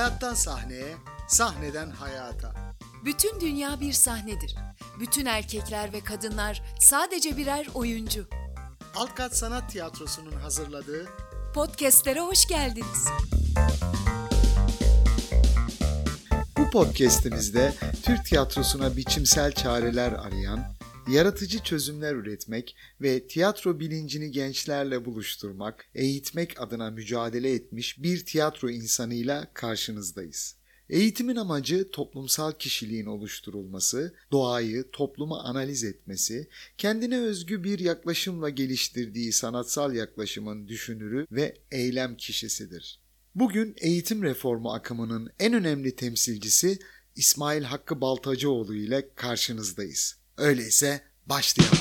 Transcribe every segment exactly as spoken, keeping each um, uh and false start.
Hayattan sahneye, sahneden hayata. Bütün dünya bir sahnedir. Bütün erkekler ve kadınlar sadece birer oyuncu. Alt Kat Sanat Tiyatrosu'nun hazırladığı Podcast'lere hoş geldiniz. Bu podcast'imizde Türk tiyatrosuna biçimsel çareler arayan, yaratıcı çözümler üretmek ve tiyatro bilincini gençlerle buluşturmak, eğitmek adına mücadele etmiş bir tiyatro insanıyla karşınızdayız. Eğitimin amacı toplumsal kişiliğin oluşturulması, doğayı, toplumu analiz etmesi, kendine özgü bir yaklaşımla geliştirdiği sanatsal yaklaşımın düşünürü ve eylem kişisidir. Bugün eğitim reformu akımının en önemli temsilcisi İsmail Hakkı Baltacıoğlu ile karşınızdayız. Öyleyse başlayalım.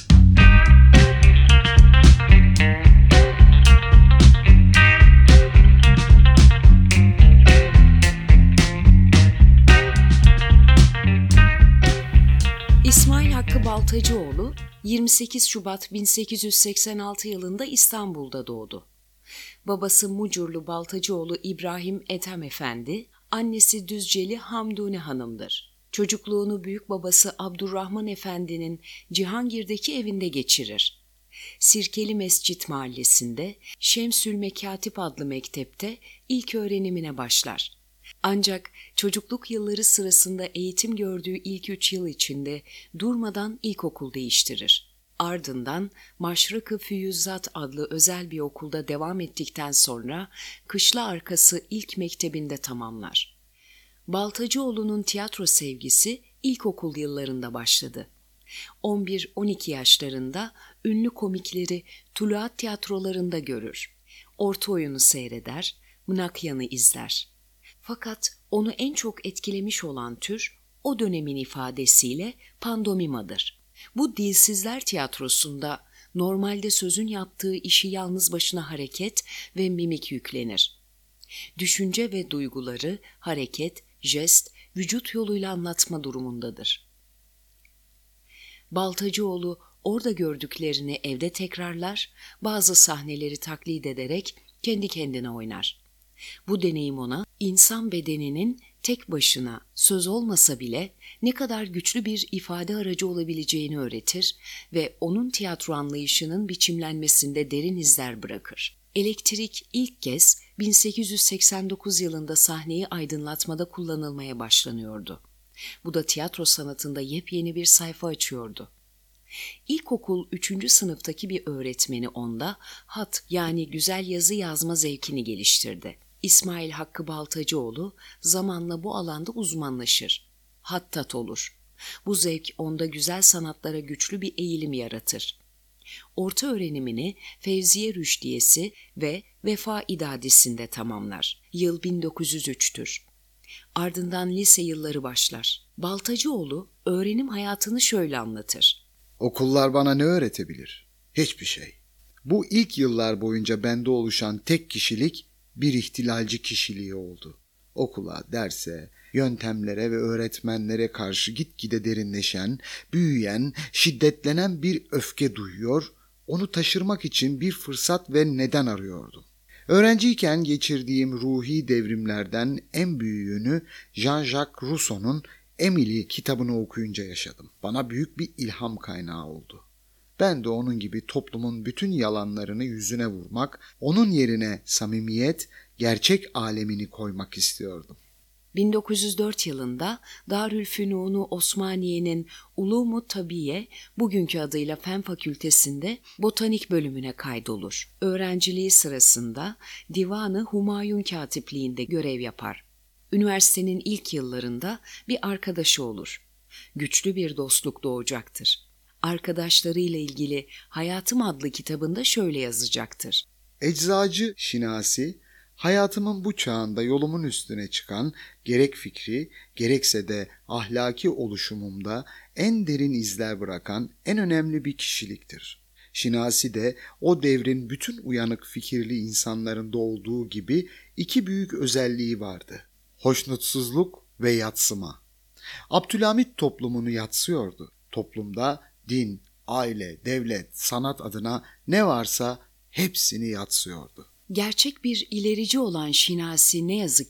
İsmail Hakkı Baltacıoğlu yirmi sekiz Şubat bin sekiz yüz seksen altı yılında İstanbul'da doğdu. Babası Mucurlu Baltacıoğlu İbrahim Ethem Efendi, annesi Düzceli Hamduni Hanım'dır. Çocukluğunu büyük babası Abdurrahman Efendi'nin Cihangir'deki evinde geçirir. Sirkeli Mescit Mahallesi'nde Şemsül Mekatip adlı mektepte ilk öğrenimine başlar. Ancak çocukluk yılları sırasında eğitim gördüğü ilk üç yıl içinde durmadan ilkokul değiştirir. Ardından Maşrık-ı Füyüzat adlı özel bir okulda devam ettikten sonra Kışla Arkası ilk mektebinde tamamlar. Baltacıoğlu'nun tiyatro sevgisi ilkokul yıllarında başladı. on bir on iki yaşlarında ünlü komikleri Tuluat tiyatrolarında görür. Orta oyunu seyreder, Mınakyan'ı izler. Fakat onu en çok etkilemiş olan tür o dönemin ifadesiyle pandomimadır. Bu dilsizler tiyatrosunda normalde sözün yaptığı işi yalnız başına hareket ve mimik yüklenir. Düşünce ve duyguları hareket, jest, vücut yoluyla anlatma durumundadır. Baltacıoğlu orada gördüklerini evde tekrarlar, bazı sahneleri taklit ederek kendi kendine oynar. Bu deneyim ona insan bedeninin tek başına söz olmasa bile ne kadar güçlü bir ifade aracı olabileceğini öğretir ve onun tiyatro anlayışının biçimlenmesinde derin izler bırakır. Elektrik ilk kez bin sekiz yüz seksen dokuz yılında sahneyi aydınlatmada kullanılmaya başlanıyordu. Bu da tiyatro sanatında yepyeni bir sayfa açıyordu. İlkokul üçüncü sınıftaki bir öğretmeni onda hat yani güzel yazı yazma zevkini geliştirdi. İsmail Hakkı Baltacıoğlu zamanla bu alanda uzmanlaşır. Hattat olur. Bu zevk onda güzel sanatlara güçlü bir eğilim yaratır. Orta öğrenimini Fevziye Rüşdiyesi ve Vefa İdadisi'nde tamamlar. Yıl bin dokuz yüz üç'tür. Ardından lise yılları başlar. Baltacıoğlu öğrenim hayatını şöyle anlatır. Okullar bana ne öğretebilir? Hiçbir şey. Bu ilk yıllar boyunca bende oluşan tek kişilik bir ihtilalci kişiliği oldu. Okula, derse, yöntemlere ve öğretmenlere karşı gitgide derinleşen, büyüyen, şiddetlenen bir öfke duyuyor, onu taşırmak için bir fırsat ve neden arıyordum. Öğrenciyken geçirdiğim ruhi devrimlerden en büyüğünü Jean-Jacques Rousseau'nun Emily kitabını okuyunca yaşadım. Bana büyük bir ilham kaynağı oldu. Ben de onun gibi toplumun bütün yalanlarını yüzüne vurmak, onun yerine samimiyet, gerçek alemini koymak istiyordum. bin dokuz yüz dört yılında Darülfünunu Osmaniye'nin Ulumu Tabiye, bugünkü adıyla Fen Fakültesi'nde botanik bölümüne kaydolur. Öğrenciliği sırasında Divanı Humayun Katipliğinde görev yapar. Üniversitenin ilk yıllarında bir arkadaşı olur. Güçlü bir dostluk doğacaktır. Arkadaşlarıyla ilgili Hayatım adlı kitabında şöyle yazacaktır. Eczacı Şinasi, hayatımın bu çağında yolumun üstüne çıkan gerek fikri, gerekse de ahlaki oluşumumda en derin izler bırakan en önemli bir kişiliktir. Şinasi de o devrin bütün uyanık fikirli insanlarında olduğu gibi iki büyük özelliği vardı. Hoşnutsuzluk ve yatsıma. Abdülhamit toplumunu yatsıyordu. Toplumda din, aile, devlet, sanat adına ne varsa hepsini yatsıyordu. Gerçek bir ilerici olan Şinasi ne yazık ki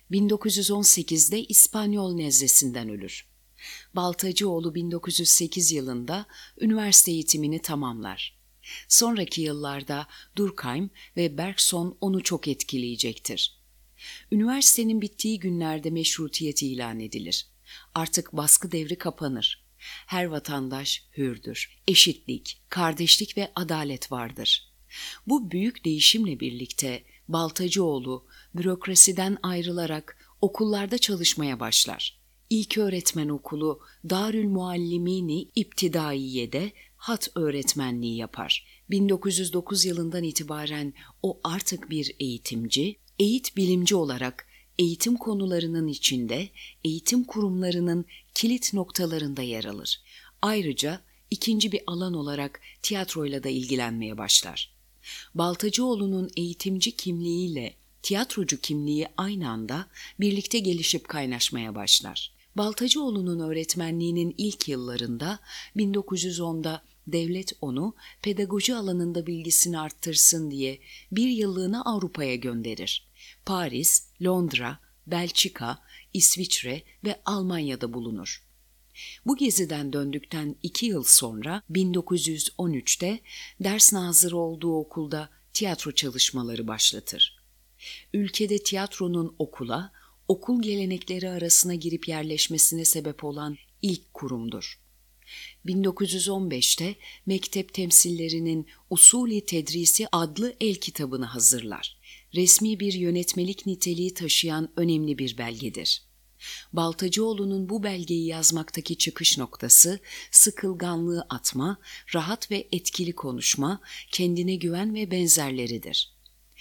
bin dokuz yüz on sekizde İspanyol nezlesinden ölür. Baltacıoğlu bin dokuz yüz sekiz yılında üniversite eğitimini tamamlar. Sonraki yıllarda Durkheim ve Bergson onu çok etkileyecektir. Üniversitenin bittiği günlerde meşrutiyet ilan edilir. Artık baskı devri kapanır. Her vatandaş hürdür. Eşitlik, kardeşlik ve adalet vardır. Bu büyük değişimle birlikte Baltacıoğlu bürokrasiden ayrılarak okullarda çalışmaya başlar. İlköğretmen okulu Darül Muallimini İptidaiye'de hat öğretmenliği yapar. bin dokuz yüz dokuz yılından itibaren o artık bir eğitimci, eğit bilimci olarak eğitim konularının içinde eğitim kurumlarının kilit noktalarında yer alır. Ayrıca ikinci bir alan olarak tiyatroyla da ilgilenmeye başlar. Baltacıoğlu'nun eğitimci kimliğiyle tiyatrocu kimliği aynı anda birlikte gelişip kaynaşmaya başlar. Baltacıoğlu'nun öğretmenliğinin ilk yıllarında bin dokuz yüz onda devlet onu pedagoji alanında bilgisini arttırsın diye bir yıllığına Avrupa'ya gönderir. Paris, Londra, Belçika, İsviçre ve Almanya'da bulunur. Bu geziden döndükten iki yıl sonra bin dokuz yüz on üçte ders nazırı olduğu okulda tiyatro çalışmaları başlatır. Ülkede tiyatronun okula, okul gelenekleri arasına girip yerleşmesine sebep olan ilk kurumdur. bin dokuz yüz on beşte Mektep Temsillerinin Usulü Tedrisi adlı el kitabını hazırlar. Resmi bir yönetmelik niteliği taşıyan önemli bir belgedir. Baltacıoğlu'nun bu belgeyi yazmaktaki çıkış noktası sıkılganlığı atma, rahat ve etkili konuşma, kendine güven ve benzerleridir.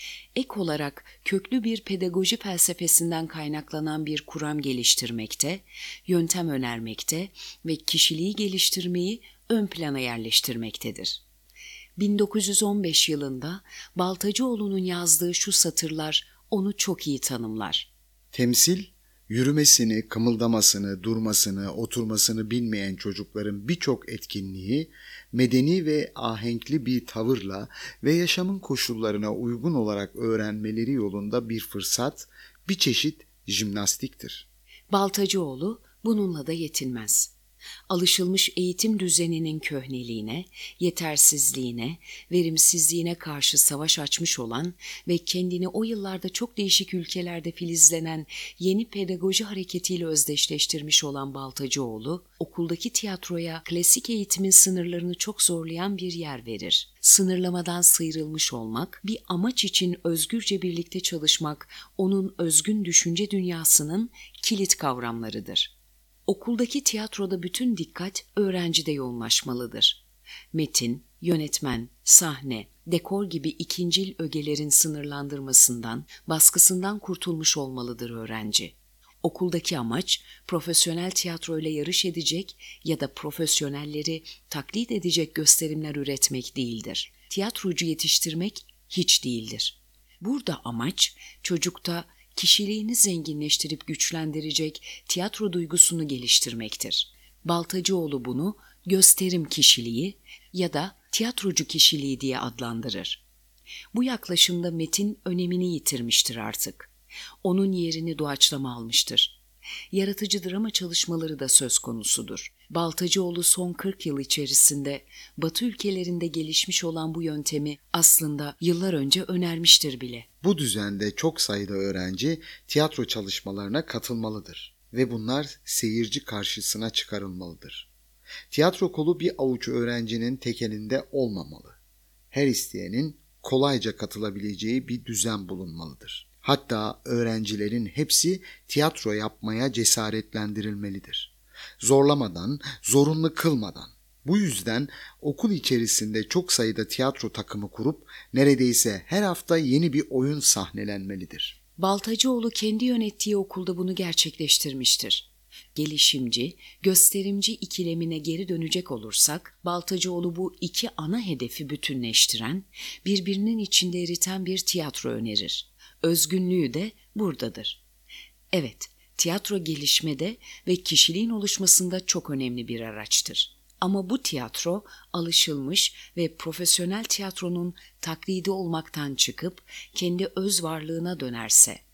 Ek olarak köklü bir pedagoji felsefesinden kaynaklanan bir kuram geliştirmekte, yöntem önermekte ve kişiliği geliştirmeyi ön plana yerleştirmektedir. bin dokuz yüz on beş yılında Baltacıoğlu'nun yazdığı şu satırlar onu çok iyi tanımlar. Temsil, yürümesini, kımıldamasını, durmasını, oturmasını bilmeyen çocukların birçok etkinliği medeni ve ahenkli bir tavırla ve yaşamın koşullarına uygun olarak öğrenmeleri yolunda bir fırsat, bir çeşit jimnastiktir. Baltacıoğlu bununla da yetinmez. Alışılmış eğitim düzeninin köhneliğine, yetersizliğine, verimsizliğine karşı savaş açmış olan ve kendini o yıllarda çok değişik ülkelerde filizlenen yeni pedagoji hareketiyle özdeşleştirmiş olan Baltacıoğlu, okuldaki tiyatroya klasik eğitimin sınırlarını çok zorlayan bir yer verir. Sınırlamadan sıyrılmış olmak, bir amaç için özgürce birlikte çalışmak, onun özgün düşünce dünyasının kilit kavramlarıdır. Okuldaki tiyatroda bütün dikkat öğrencide yoğunlaşmalıdır. Metin, yönetmen, sahne, dekor gibi ikincil ögelerin sınırlandırmasından, baskısından kurtulmuş olmalıdır öğrenci. Okuldaki amaç, profesyonel tiyatroyla yarış edecek ya da profesyonelleri taklit edecek gösterimler üretmek değildir. Tiyatrocu yetiştirmek hiç değildir. Burada amaç, çocukta kişiliğini zenginleştirip güçlendirecek tiyatro duygusunu geliştirmektir. Baltacıoğlu bunu gösterim kişiliği ya da tiyatrocu kişiliği diye adlandırır. Bu yaklaşımda metin önemini yitirmiştir artık. Onun yerini doğaçlama almıştır. Yaratıcı drama çalışmaları da söz konusudur. Baltacıoğlu son kırk yıl içerisinde Batı ülkelerinde gelişmiş olan bu yöntemi aslında yıllar önce önermiştir bile. Bu düzende çok sayıda öğrenci tiyatro çalışmalarına katılmalıdır ve bunlar seyirci karşısına çıkarılmalıdır. Tiyatro kolu bir avuç öğrencinin tek elinde olmamalı. Her isteyenin kolayca katılabileceği bir düzen bulunmalıdır. Hatta öğrencilerin hepsi tiyatro yapmaya cesaretlendirilmelidir. Zorlamadan, zorunlu kılmadan. Bu yüzden okul içerisinde çok sayıda tiyatro takımı kurup neredeyse her hafta yeni bir oyun sahnelenmelidir. Baltacıoğlu kendi yönettiği okulda bunu gerçekleştirmiştir. Gelişimci, gösterimci ikilemine geri dönecek olursak, Baltacıoğlu bu iki ana hedefi bütünleştiren, birbirinin içinde eriten bir tiyatro önerir. Özgünlüğü de buradadır. Evet, tiyatro gelişmede ve kişiliğin oluşmasında çok önemli bir araçtır. Ama bu tiyatro alışılmış ve profesyonel tiyatronun taklidi olmaktan çıkıp kendi öz varlığına dönerse,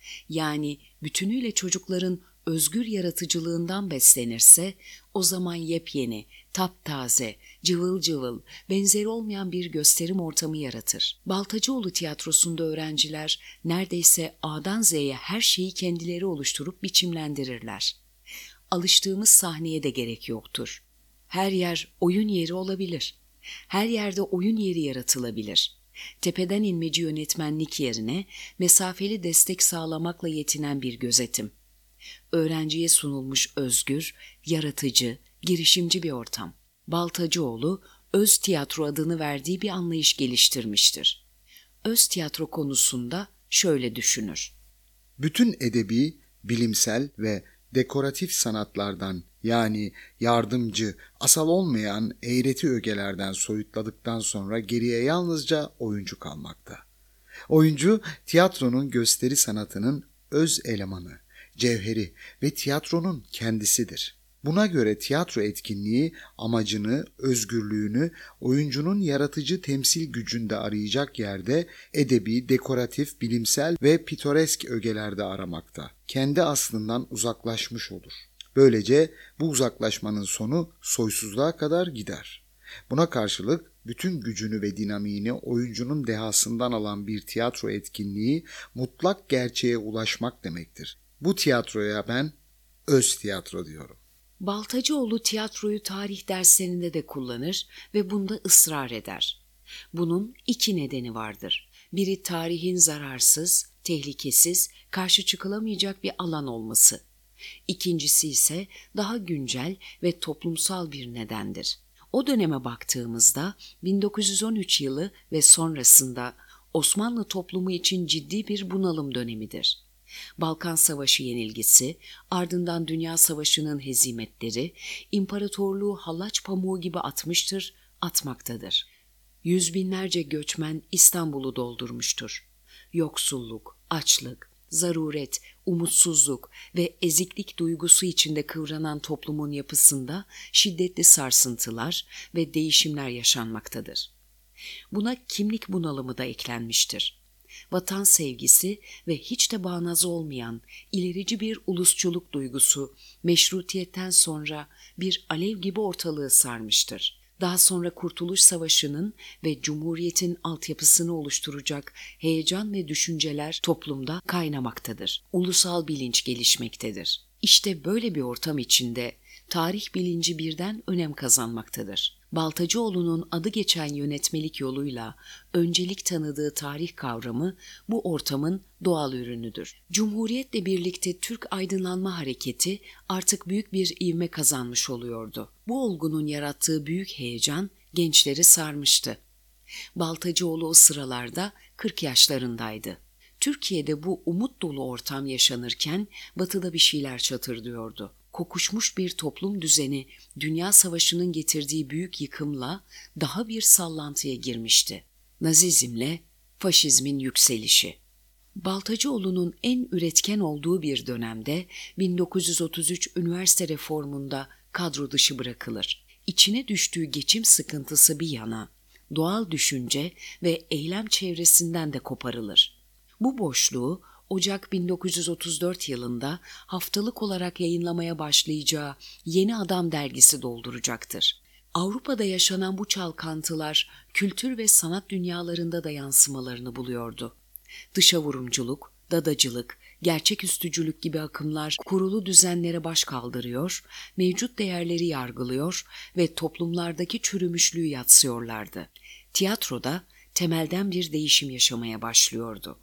yani bütünüyle çocukların özgür yaratıcılığından beslenirse, o zaman yepyeni, taptaze, cıvıl cıvıl, benzeri olmayan bir gösterim ortamı yaratır. Baltacıoğlu tiyatrosunda öğrenciler neredeyse A'dan Z'ye her şeyi kendileri oluşturup biçimlendirirler. Alıştığımız sahneye de gerek yoktur. Her yer oyun yeri olabilir. Her yerde oyun yeri yaratılabilir. Tepeden inmeci yönetmenlik yerine mesafeli destek sağlamakla yetinen bir gözetim. Öğrenciye sunulmuş özgür, yaratıcı, girişimci bir ortam. Baltacıoğlu, öz tiyatro adını verdiği bir anlayış geliştirmiştir. Öz tiyatro konusunda şöyle düşünür. Bütün edebi, bilimsel ve dekoratif sanatlardan, yani yardımcı, asal olmayan eğreti ögelerden soyutladıktan sonra geriye yalnızca oyuncu kalmakta. Oyuncu, tiyatronun gösteri sanatının öz elemanı, cevheri ve tiyatronun kendisidir. Buna göre tiyatro etkinliği amacını, özgürlüğünü oyuncunun yaratıcı temsil gücünde arayacak yerde edebi, dekoratif, bilimsel ve pitoresk ögelerde aramakta. Kendi aslından uzaklaşmış olur. Böylece bu uzaklaşmanın sonu soysuzluğa kadar gider. Buna karşılık bütün gücünü ve dinamiğini oyuncunun dehasından alan bir tiyatro etkinliği mutlak gerçeğe ulaşmak demektir. Bu tiyatroya ben öz tiyatro diyorum. Baltacıoğlu tiyatroyu tarih derslerinde de kullanır ve bunda ısrar eder. Bunun iki nedeni vardır. Biri tarihin zararsız, tehlikesiz, karşı çıkılamayacak bir alan olması. İkincisi ise daha güncel ve toplumsal bir nedendir. O döneme baktığımızda bin dokuz yüz on üç yılı ve sonrasında Osmanlı toplumu için ciddi bir bunalım dönemidir. Balkan Savaşı yenilgisi, ardından Dünya Savaşı'nın hezimetleri, imparatorluğu hallaç pamuğu gibi atmıştır, atmaktadır. Yüz binlerce göçmen İstanbul'u doldurmuştur. Yoksulluk, açlık, zaruret, umutsuzluk ve eziklik duygusu içinde kıvranan toplumun yapısında şiddetli sarsıntılar ve değişimler yaşanmaktadır. Buna kimlik bunalımı da eklenmiştir. Vatan sevgisi ve hiç de bağnazı olmayan ilerici bir ulusçuluk duygusu meşrutiyetten sonra bir alev gibi ortalığı sarmıştır. Daha sonra Kurtuluş Savaşı'nın ve Cumhuriyet'in altyapısını oluşturacak heyecan ve düşünceler toplumda kaynamaktadır. Ulusal bilinç gelişmektedir. İşte böyle bir ortam içinde tarih bilinci birden önem kazanmaktadır. Baltacıoğlu'nun adı geçen yönetmelik yoluyla öncelik tanıdığı tarih kavramı bu ortamın doğal ürünüdür. Cumhuriyetle birlikte Türk aydınlanma hareketi artık büyük bir ivme kazanmış oluyordu. Bu olgunun yarattığı büyük heyecan gençleri sarmıştı. Baltacıoğlu o sıralarda kırk yaşlarındaydı. Türkiye'de bu umut dolu ortam yaşanırken Batı'da bir şeyler çatırdıyordu. Kokuşmuş bir toplum düzeni Dünya Savaşı'nın getirdiği büyük yıkımla daha bir sallantıya girmişti. Nazizmle faşizmin yükselişi. Baltacıoğlu'nun en üretken olduğu bir dönemde bin dokuz yüz otuz üç üniversite reformunda kadro dışı bırakılır. İçine düştüğü geçim sıkıntısı bir yana, doğal düşünce ve eylem çevresinden de koparılır. Bu boşluğu Ocak bin dokuz yüz otuz dört yılında haftalık olarak yayınlamaya başlayacağı Yeni Adam dergisi dolduracaktır. Avrupa'da yaşanan bu çalkantılar kültür ve sanat dünyalarında da yansımalarını buluyordu. Dışavurumculuk, dadacılık, gerçeküstücülük gibi akımlar kurulu düzenlere baş kaldırıyor, mevcut değerleri yargılıyor ve toplumlardaki çürümüşlüğü yadsıyorlardı. Tiyatroda temelden bir değişim yaşamaya başlıyordu.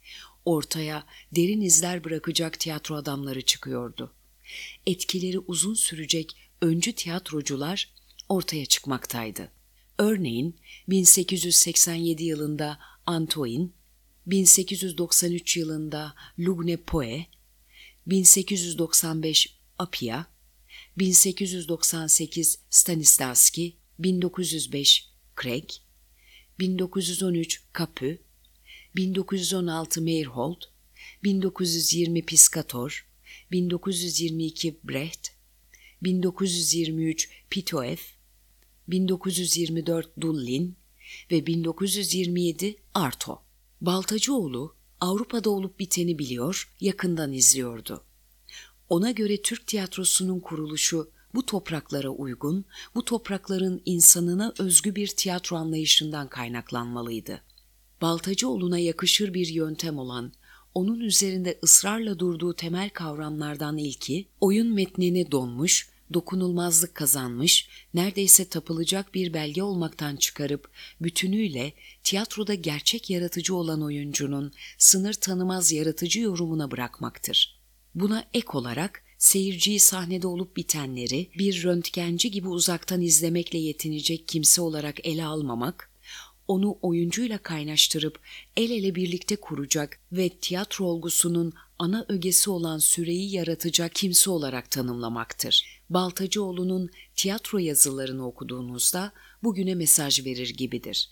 Ortaya derin izler bırakacak tiyatro adamları çıkıyordu. Etkileri uzun sürecek öncü tiyatrocular ortaya çıkmaktaydı. Örneğin bin sekiz yüz seksen yedi yılında Antoine, bin sekiz yüz doksan üç yılında Lugne Poe, bin sekiz yüz doksan beş Apia, bin sekiz yüz doksan sekiz Stanislavski, bin dokuz yüz beş Craig, bin dokuz yüz on üç Capu, bin dokuz yüz on altı Meyerhold, bin dokuz yüz yirmi Piscator, bin dokuz yüz yirmi iki Brecht, bin dokuz yüz yirmi üç Pitoev, bin dokuz yüz yirmi dört Dullin ve bin dokuz yüz yirmi yedi Artaud. Baltacıoğlu Avrupa'da olup biteni biliyor, yakından izliyordu. Ona göre Türk tiyatrosunun kuruluşu bu topraklara uygun, bu toprakların insanına özgü bir tiyatro anlayışından kaynaklanmalıydı. Baltacıoğlu'na yakışır bir yöntem olan, onun üzerinde ısrarla durduğu temel kavramlardan ilki, oyun metnine donmuş, dokunulmazlık kazanmış, neredeyse tapılacak bir belge olmaktan çıkarıp, bütünüyle tiyatroda gerçek yaratıcı olan oyuncunun sınır tanımaz yaratıcı yorumuna bırakmaktır. Buna ek olarak, seyirciyi sahnede olup bitenleri bir röntgenci gibi uzaktan izlemekle yetinecek kimse olarak ele almamak, onu oyuncuyla kaynaştırıp el ele birlikte kuracak ve tiyatro olgusunun ana ögesi olan süreyi yaratacak kimse olarak tanımlamaktır. Baltacıoğlu'nun tiyatro yazılarını okuduğunuzda bugüne mesaj verir gibidir.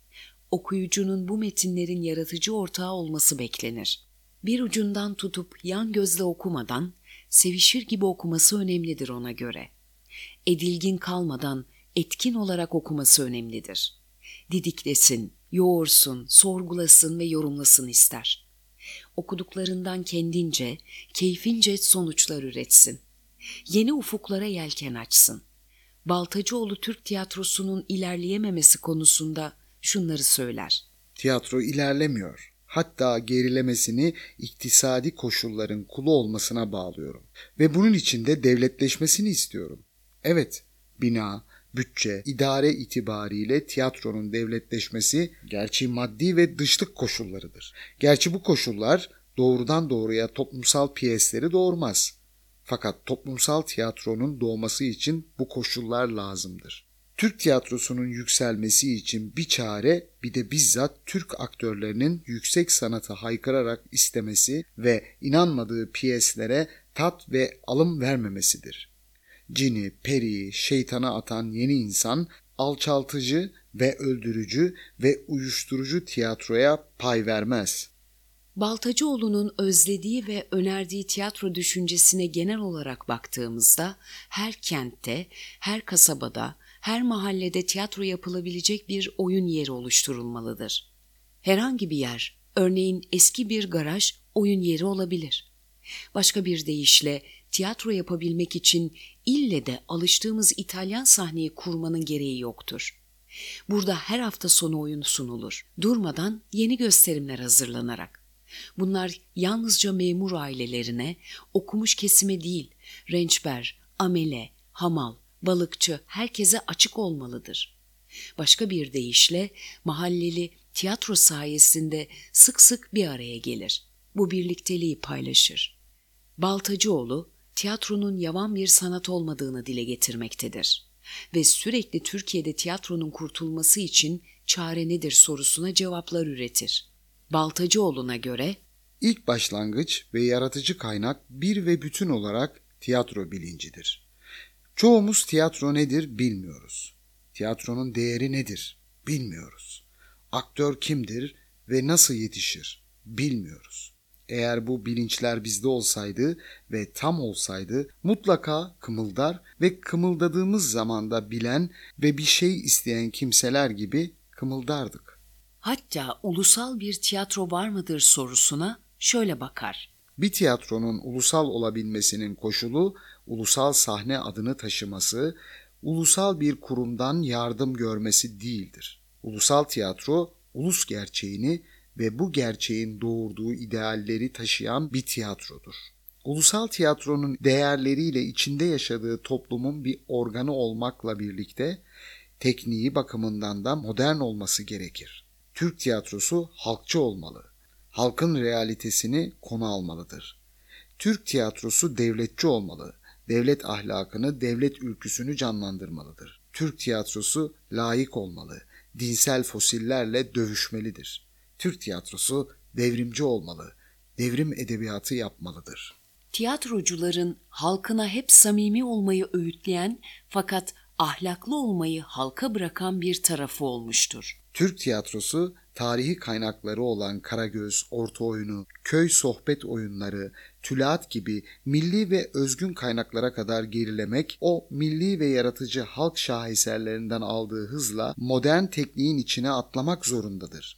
Okuyucunun bu metinlerin yaratıcı ortağı olması beklenir. Bir ucundan tutup yan gözle okumadan, sevişir gibi okuması önemlidir ona göre. Edilgin kalmadan etkin olarak okuması önemlidir. Didiklesin, yoğursun, sorgulasın ve yorumlasın ister. Okuduklarından kendince, keyfince sonuçlar üretsin. Yeni ufuklara yelken açsın. Baltacıoğlu Türk tiyatrosunun ilerleyememesi konusunda şunları söyler. Tiyatro ilerlemiyor. Hatta gerilemesini iktisadi koşulların kulu olmasına bağlıyorum. Ve bunun için de devletleşmesini istiyorum. Evet, bina, bütçe, idare itibariyle tiyatronun devletleşmesi gerçi maddi ve dışlık koşullarıdır. Gerçi bu koşullar doğrudan doğruya toplumsal piyesleri doğurmaz. Fakat toplumsal tiyatronun doğması için bu koşullar lazımdır. Türk tiyatrosunun yükselmesi için bir çare bir de bizzat Türk aktörlerinin yüksek sanata haykırarak istemesi ve inanmadığı piyeslere tat ve alım vermemesidir. Cini, periyi, şeytana atan yeni insan alçaltıcı ve öldürücü ve uyuşturucu tiyatroya pay vermez. Baltacıoğlu'nun özlediği ve önerdiği tiyatro düşüncesine genel olarak baktığımızda her kentte, her kasabada, her mahallede tiyatro yapılabilecek bir oyun yeri oluşturulmalıdır. Herhangi bir yer, örneğin eski bir garaj oyun yeri olabilir. Başka bir deyişle tiyatro yapabilmek için ille de alıştığımız İtalyan sahneyi kurmanın gereği yoktur. Burada her hafta sonu oyun sunulur, durmadan yeni gösterimler hazırlanarak. Bunlar yalnızca memur ailelerine, okumuş kesime değil, rençber, amele, hamal, balıkçı herkese açık olmalıdır. Başka bir deyişle mahalleli tiyatro sayesinde sık sık bir araya gelir. Bu birlikteliği paylaşır. Baltacıoğlu, tiyatronun yavan bir sanat olmadığını dile getirmektedir. Ve sürekli Türkiye'de tiyatronun kurtulması için çare nedir sorusuna cevaplar üretir. Baltacıoğlu'na göre, İlk başlangıç ve yaratıcı kaynak bir ve bütün olarak tiyatro bilincidir. Çoğumuz tiyatro nedir bilmiyoruz. Tiyatronun değeri nedir bilmiyoruz. Aktör kimdir ve nasıl yetişir bilmiyoruz. Eğer bu bilinçler bizde olsaydı ve tam olsaydı mutlaka kımıldar ve kımıldadığımız zamanda bilen ve bir şey isteyen kimseler gibi kımıldardık. Hatta ulusal bir tiyatro var mıdır sorusuna şöyle bakar. Bir tiyatronun ulusal olabilmesinin koşulu ulusal sahne adını taşıması, ulusal bir kurumdan yardım görmesi değildir. Ulusal tiyatro ulus gerçeğini ve bu gerçeğin doğurduğu idealleri taşıyan bir tiyatrodur. Ulusal tiyatronun değerleriyle içinde yaşadığı toplumun bir organı olmakla birlikte tekniği bakımından da modern olması gerekir. Türk tiyatrosu halkçı olmalı. Halkın realitesini konu almalıdır. Türk tiyatrosu devletçi olmalı. Devlet ahlakını, devlet ülküsünü canlandırmalıdır. Türk tiyatrosu layık olmalı. Dinsel fosillerle dövüşmelidir. Türk tiyatrosu devrimci olmalı. Devrim edebiyatı yapmalıdır. Tiyatrocuların halkına hep samimi olmayı öğütleyen fakat ahlaklı olmayı halka bırakan bir tarafı olmuştur. Türk tiyatrosu tarihi kaynakları olan Karagöz, Orta Oyunu, köy sohbet oyunları, tülaat gibi milli ve özgün kaynaklara kadar gerilemek, o milli ve yaratıcı halk şaheserlerinden aldığı hızla modern tekniğin içine atlamak zorundadır.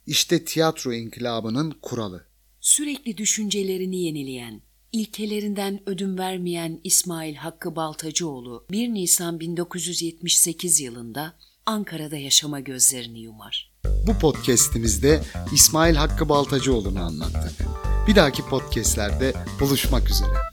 İşte tiyatro inkılabının kuralı. Sürekli düşüncelerini yenileyen, ilkelerinden ödün vermeyen İsmail Hakkı Baltacıoğlu bir Nisan bin dokuz yüz yetmiş sekiz yılında Ankara'da yaşama gözlerini yumar. Bu podcast'imizde İsmail Hakkı Baltacıoğlu'nu anlattık. Bir dahaki podcast'lerde buluşmak üzere.